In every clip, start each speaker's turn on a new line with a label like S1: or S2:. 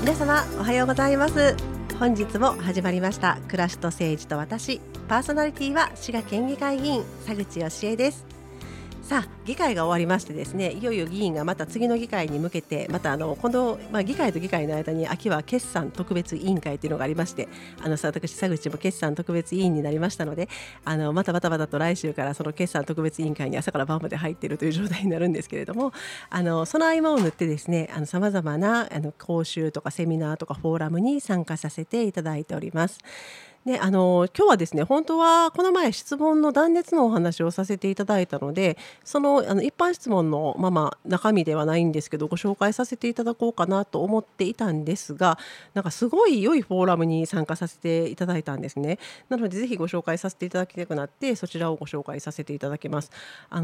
S1: 皆様おはようございます。本日も始まりました暮らしと政治と私。パーソナリティは滋賀県議会議員佐口芳恵です。さあ、議会が終わりましてですね、いよいよ議員がまた次の議会に向けてまた今度、議会と議会の間に秋は決算特別委員会というのがありまして、私佐口も決算特別委員になりましたので、またバタバタと来週からその決算特別委員会に朝から晩まで入っているという状態になるんですけれども、その合間を縫ってですね、さまざまな講習とかセミナーとかフォーラムに参加させていただいております。で今日はですね、本当はこの前質問の断熱のお話をさせていただいたので、その一般質問の中身ではないんですけどご紹介させていただこうかなと思っていたんですが、なんかすごい良いフォーラムに参加させていただいたんですね。なのでぜひご紹介させていただきたくなって、そちらをご紹介させていただきます。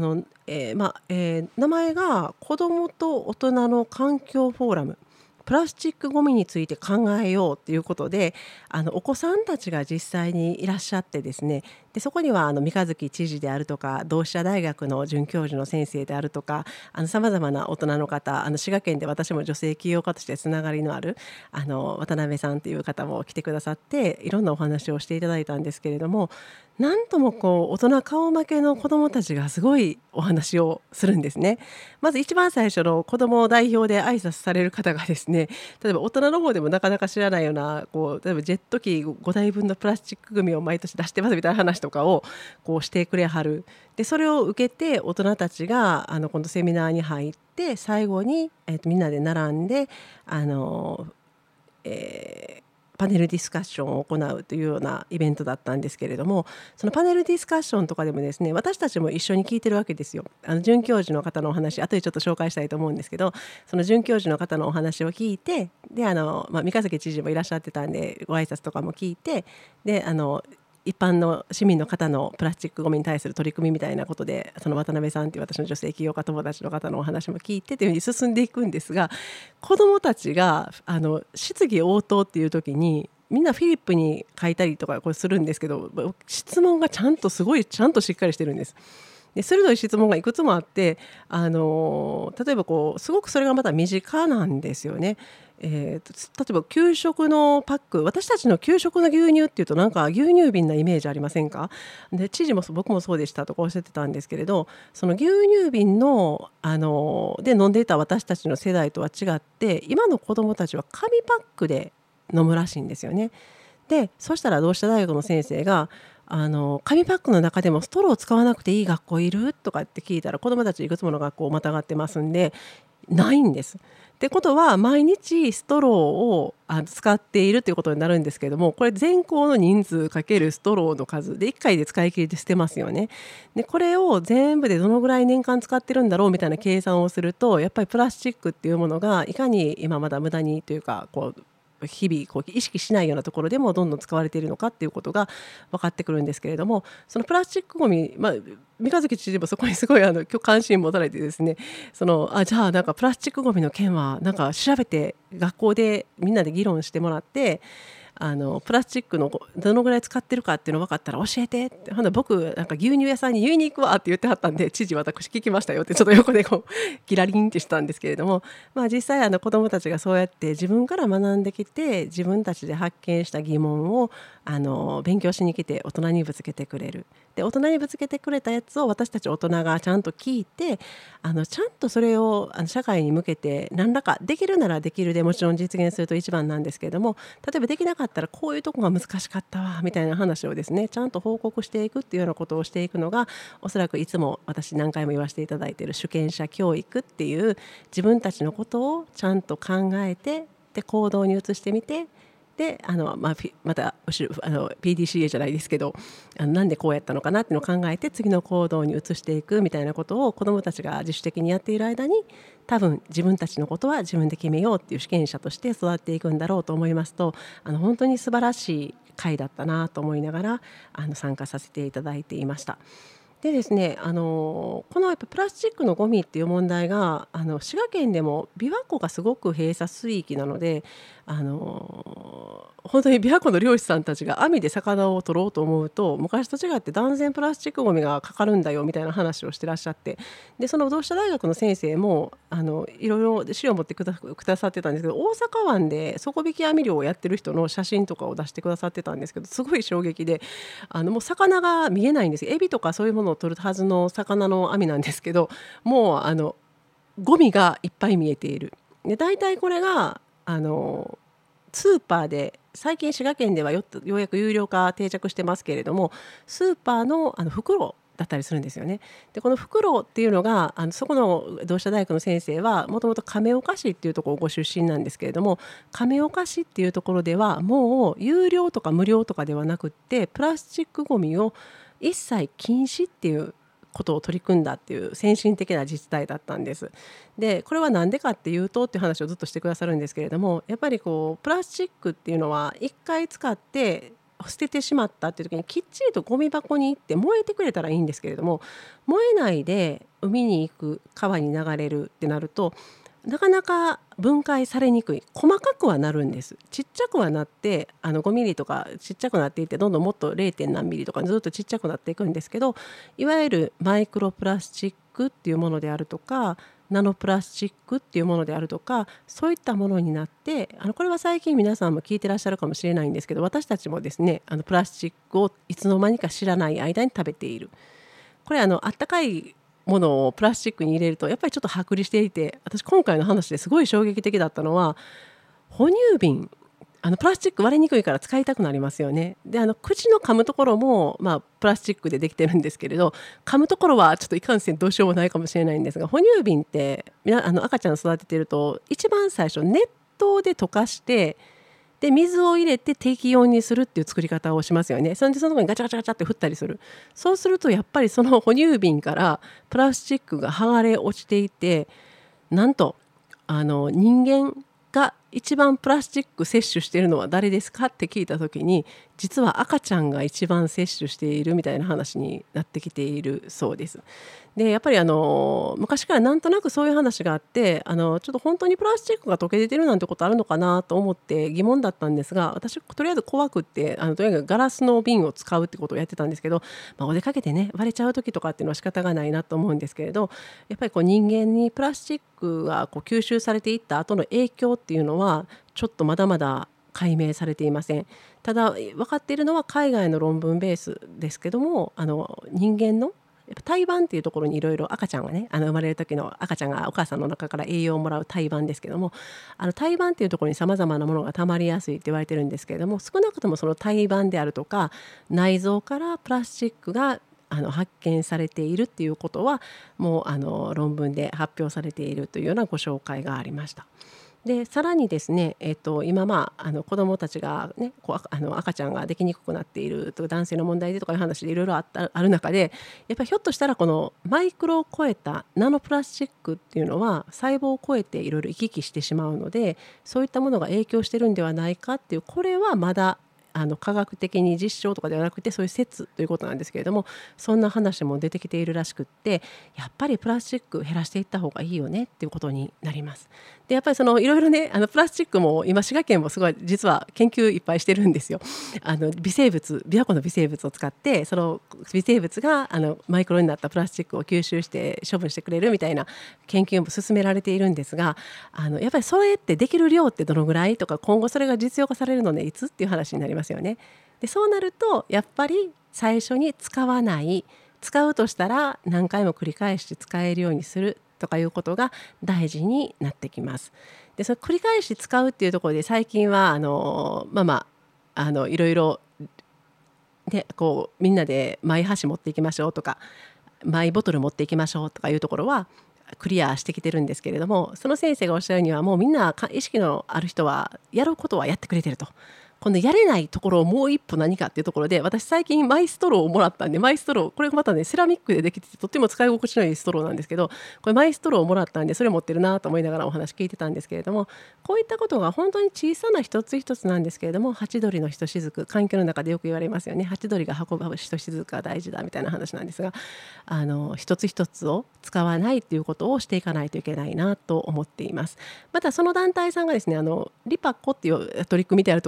S1: 名前が子どもと大人の環境フォーラム、プラスチックごみについて考えようということで、お子さんたちが実際にいらっしゃってですね、でそこには三日月知事であるとか同志社大学の准教授の先生であるとか、さまざまな大人の方、滋賀県で私も女性起業家としてつながりのある渡辺さんという方も来てくださって、いろんなお話をしていただいたんですけれども、なんとも大人顔負けの子どもたちがすごいお話をするんですね。まず一番最初の子ども代表で挨拶される方がですね、例えば大人の方でもなかなか知らないような例えばジェット機5台分のプラスチックグミを毎年出してますみたいな話とかをしてくれはる。でそれを受けて大人たちが今度セミナーに入って、最後に、みんなで並んでパネルディスカッションを行うというようなイベントだったんですけれども、そのパネルディスカッションとかでもですね、私たちも一緒に聞いてるわけですよ。准教授の方のお話、後でちょっと紹介したいと思うんですけど、その准教授の方のお話を聞いて、で三日月知事もいらっしゃってたんでご挨拶とかも聞いて、で一般の市民の方のプラスチックごみに対する取り組みみたいなことで、その渡辺さんという私の女性起業家友達の方のお話も聞いてというふうに進んでいくんですが、子どもたちが質疑応答っていう時にみんなフィリップに書いたりとかするんですけど、質問がちゃんとしっかりしてるんです。で鋭い質問がいくつもあって、例えばすごくそれがまた身近なんですよね。例えば給食のパック、私たちの給食の牛乳っていうとなんか牛乳瓶なイメージありませんか？で知事も僕もそうでしたとかおっしゃってたんですけれど、その牛乳瓶の、で飲んでいた私たちの世代とは違って、今の子どもたちは紙パックで飲むらしいんですよね。でそしたら同志社大学の先生が紙パックの中でもストローを使わなくていい学校いるとかって聞いたら、子どもたちいくつもの学校をまたがってますんでないんです。ってことは毎日ストローを使っているということになるんですけども、これ全校の人数かけるストローの数で1回で使い切りで捨てますよね。でこれを全部でどのぐらい年間使ってるんだろうみたいな計算をすると、やっぱりプラスチックっていうものがいかに今まだ無駄にというか日々意識しないようなところでもどんどん使われているのかっていうことが分かってくるんですけれども、そのプラスチックごみ、三日月知事もそこにすごい今日関心持たれてですね、じゃあなんかプラスチックごみの件はなんか調べて学校でみんなで議論してもらって、プラスチックのどのぐらい使ってるかっていうの分かったら教えてって、ほんで僕なんか牛乳屋さんに言いに行くわって言ってはったんで、知事私聞きましたよってちょっと横でギラリンってしたんですけれども、実際子どもたちがそうやって自分から学んできて、自分たちで発見した疑問を勉強しに来て大人にぶつけてくれる。で大人にぶつけてくれたやつを私たち大人がちゃんと聞いて、ちゃんとそれを社会に向けて何らかできるならできるでもちろん実現すると一番なんですけれども、例えばできなかったらこういうとこが難しかったわみたいな話をですね、ちゃんと報告していくっていうようなことをしていくのが、おそらくいつも私何回も言わせていただいている主権者教育っていう、自分たちのことをちゃんと考えて、で行動に移してみて、でまた後ろPDCA じゃないですけど、なんでこうやったのかなっていうのを考えて次の行動に移していくみたいなことを子どもたちが自主的にやっている間に、多分自分たちのことは自分で決めようっていう主権者として育っていくんだろうと思いますと、本当に素晴らしい会だったなと思いながら参加させていただいていました。でですね、このやっぱプラスチックのゴミっていう問題が滋賀県でも琵琶湖がすごく閉鎖水域なので、 本当に琵琶湖の漁師さんたちが網で魚を取ろうと思うと昔と違って断然プラスチックごみがかかるんだよみたいな話をしてらっしゃって、でその同志社大学の先生もいろいろ資料を持ってくださってたんですけど、大阪湾で底引き網漁をやってる人の写真とかを出してくださってたんですけど、すごい衝撃で、もう魚が見えないんです。エビとかそういうものを取るはずの魚の網なんですけど、もうゴミがいっぱい見えている。で大体これがスーパーで最近滋賀県ではようやく有料化定着してますけれども、スーパーの袋だったりするんですよね。でこの袋っていうのがそこの同志社大学の先生はもともと亀岡市っていうところご出身なんですけれども、亀岡市っていうところではもう有料とか無料とかではなくってプラスチックごみを一切禁止っていうことを取り組んだっていう先進的な自治体だったんです。でこれは何でかっていうとっていう話をずっとしてくださるんですけれども、やっぱりこうプラスチックっていうのは一回使って捨ててしまったっていう時にきっちりとゴミ箱に行って燃えてくれたらいいんですけれども、燃えないで海に行く川に流れるってなるとなかなか分解されにくい。細かくはなるんです。ちっちゃくはなって5ミリとかちっちゃくなっていってどんどんもっと 0. 何ミリとかずっとちっちゃくなっていくんですけど、いわゆるマイクロプラスチックっていうものであるとかナノプラスチックっていうものであるとか、そういったものになってこれは最近皆さんも聞いてらっしゃるかもしれないんですけど、私たちもですねプラスチックをいつの間にか知らない間に食べている。これあったかいものをプラスチックに入れるとやっぱりちょっと剥離していて、私今回の話ですごい衝撃的だったのは哺乳瓶、プラスチック割れにくいから使いたくなりますよね。で口の噛むところも、プラスチックでできてるんですけれど、噛むところはちょっといかんせんどうしようもないかもしれないんですが、哺乳瓶って赤ちゃん育ててると一番最初熱湯で溶かしてで水を入れて適温にするっていう作り方をしますよね。それでそのところにガチャガチャガチャって振ったりする。そうするとやっぱりその哺乳瓶からプラスチックが剥がれ落ちていて、なんと人間が一番プラスチック摂取しているのは誰ですかって聞いた時に、実は赤ちゃんが一番摂取しているみたいな話になってきているそうです。でやっぱり昔からなんとなくそういう話があって、ちょっと本当にプラスチックが溶け出てるなんてことあるのかなと思って疑問だったんですが、私とりあえず怖くってとにかくガラスの瓶を使うってことをやってたんですけど、お出かけでね割れちゃう時とかっていうのは仕方がないなと思うんですけれど、やっぱりこう人間にプラスチックがこう吸収されていった後の影響っていうのはちょっとまだまだ解明されていません。ただ分かっているのは海外の論文ベースですけども、人間のやっぱ胎盤っていうところにいろいろ赤ちゃんがね生まれる時の赤ちゃんがお母さんの中から栄養をもらう胎盤ですけども、胎盤っていうところにさまざまなものがたまりやすいって言われてるんですけれども、少なくともその胎盤であるとか内臓からプラスチックが発見されているっていうことはもう論文で発表されているというようなご紹介がありました。でさらにですね、今子どもたちが、ね、赤ちゃんができにくくなっているとか男性の問題でとかいう話でいろいろある中で、やっぱりひょっとしたらこのマイクロを超えたナノプラスチックっていうのは細胞を超えていろいろ行き来してしまうので、そういったものが影響してるんではないかっていう、これはまだ科学的に実証とかではなくてそういう説ということなんですけれども、そんな話も出てきているらしくって、やっぱりプラスチック減らしていった方がいいよねっていうことになります。でやっぱりいろいろねプラスチックも今滋賀県もすごい実は研究いっぱいしてるんですよ。微生物、琵琶湖の微生物を使ってその微生物がマイクロになったプラスチックを吸収して処分してくれるみたいな研究も進められているんですが、やっぱりそれってできる量ってどのぐらいとか、今後それが実用化されるのねいつっていう話になりますよね。でそうなるとやっぱり最初に使わない、使うとしたら何回も繰り返して使えるようにするとかいうことが大事になってきます。でその繰り返し使うっていうところで最近はいろいろでこうみんなでマイ箸持っていきましょうとかマイボトル持っていきましょうとかいうところはクリアしてきてるんですけれども、その先生がおっしゃるにはもうみんな意識のある人はやることはやってくれてると。今度やれないところをもう一歩何かっていうところで、私最近マイストローをもらったんで、マイストローこれまたねセラミックでできててとっても使い心地のいいストローなんですけど、これマイストローをもらったんでそれ持ってるなと思いながらお話聞いてたんですけれども、こういったことが本当に小さな一つ一つなんですけれども、ハチドリのひとしずく、環境の中でよく言われますよね。ハチドリが運ぶひとしずくが大事だみたいな話なんですが、一つ一つを使わないっていうことをしていかないといけないなと思っています。またその団体さんがですねリパコっていう取り組みであるとか、これちょっ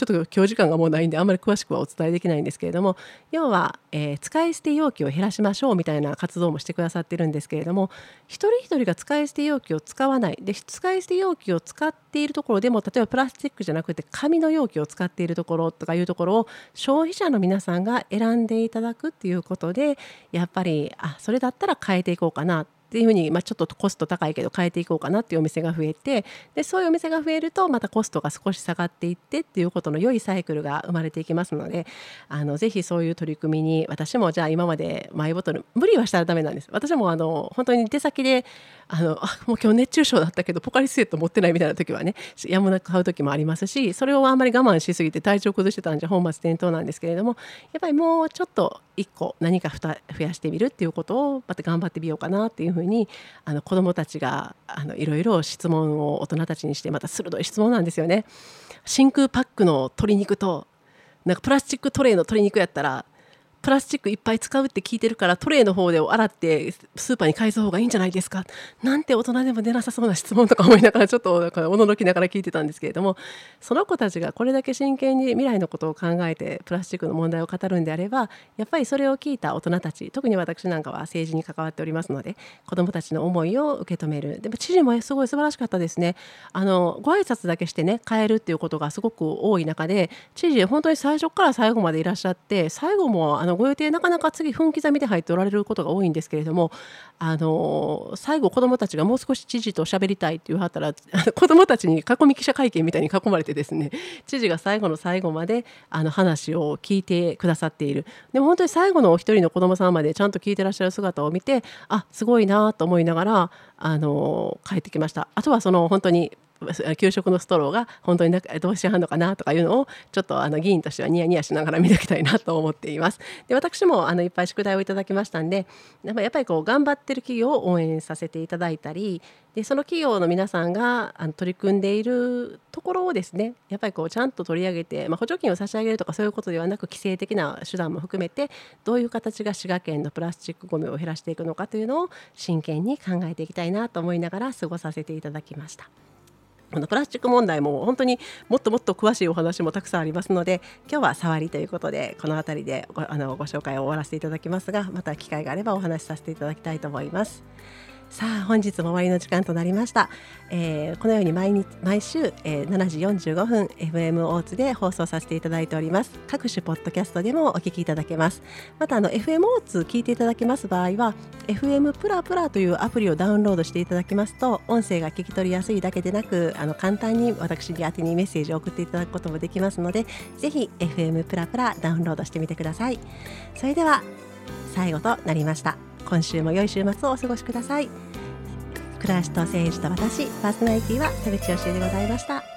S1: っと今日時間がもうないんであんまり詳しくはお伝えできないんですけれども、要は、使い捨て容器を減らしましょうみたいな活動もしてくださってるんですけれども、一人一人が使い捨て容器を使わないで、使い捨て容器を使っているところでも、例えばプラスチックじゃなくて紙の容器を使っているところとかいうところを消費者の皆さんが選んでいただくっていうことで、やっぱりそれだったら変えていこうかなっていうふうに、ちょっとコスト高いけど変えていこうかなっていうお店が増えて、でそういうお店が増えるとまたコストが少し下がっていってっていうことの良いサイクルが生まれていきますので、ぜひそういう取り組みに、私もじゃあ今までマイボトル無理はしたらダメなんです。私も本当に出先でもう今日熱中症だったけどポカリスエット持ってないみたいな時はね、やむなく買う時もありますし、それをあんまり我慢しすぎて体調崩してたんじゃ本末転倒なんですけれども、やっぱりもうちょっと1個何か増やしてみるっていうことをまた頑張ってみようかなっていうふうに、子どもたちがいろいろ質問を大人たちにして、また鋭い質問なんですよね。真空パックの鶏肉となんかプラスチックトレイの鶏肉やったらプラスチックいっぱい使うって聞いてるからトレイの方で洗ってスーパーに返す方がいいんじゃないですか、なんて大人でも出なさそうな質問とか思いながらちょっと驚きながら聞いてたんですけれども、その子たちがこれだけ真剣に未来のことを考えてプラスチックの問題を語るんであれば、やっぱりそれを聞いた大人たち、特に私なんかは政治に関わっておりますので、子どもたちの思いを受け止める。でも知事もすごい素晴らしかったですね。ご挨拶だけしてね変えるっていうことがすごく多い中で、知事本当に最初から最後までいらっしゃって、最後もご予定なかなか次分刻みで入っておられることが多いんですけれども、最後子どもたちがもう少し知事と喋りたいって言わはったら子どもたちに囲み記者会見みたいに囲まれてですね、知事が最後の最後まで話を聞いてくださっている。でも本当に最後のお一人の子どもさんまでちゃんと聞いてらっしゃる姿を見て、すごいなと思いながら帰ってきました。あとは本当に給食のストローが本当にどうしはんのかなとかいうのをちょっと議員としてはニヤニヤしながら見ておきたいなと思っています。で私もいっぱい宿題をいただきましたんで、やっぱり頑張ってる企業を応援させていただいたり、でその企業の皆さんが取り組んでいるところをですね、やっぱりちゃんと取り上げて、補助金を差し上げるとかそういうことではなく、規制的な手段も含めてどういう形が滋賀県のプラスチックごみを減らしていくのかというのを真剣に考えていきたいなと思いながら過ごさせていただきました。このプラスチック問題も本当にもっともっと詳しいお話もたくさんありますので、今日は触りということでこの辺りでご紹介を終わらせていただきますが、また機会があればお話しさせていただきたいと思います。さあ本日も終わりの時間となりました。このように毎週、7時45分 FM 大津で放送させていただいております。各種ポッドキャストでもお聞きいただけます。またFM 大津聞いていただけます場合は FM プラプラというアプリをダウンロードしていただきますと、音声が聞き取りやすいだけでなく簡単に私に宛てにメッセージを送っていただくこともできますので、ぜひ FM プラプラダウンロードしてみてください。それでは最後となりました。今週も良い週末をお過ごしください。暮らしと政治と私、パーソナリティは田口芳恵でございました。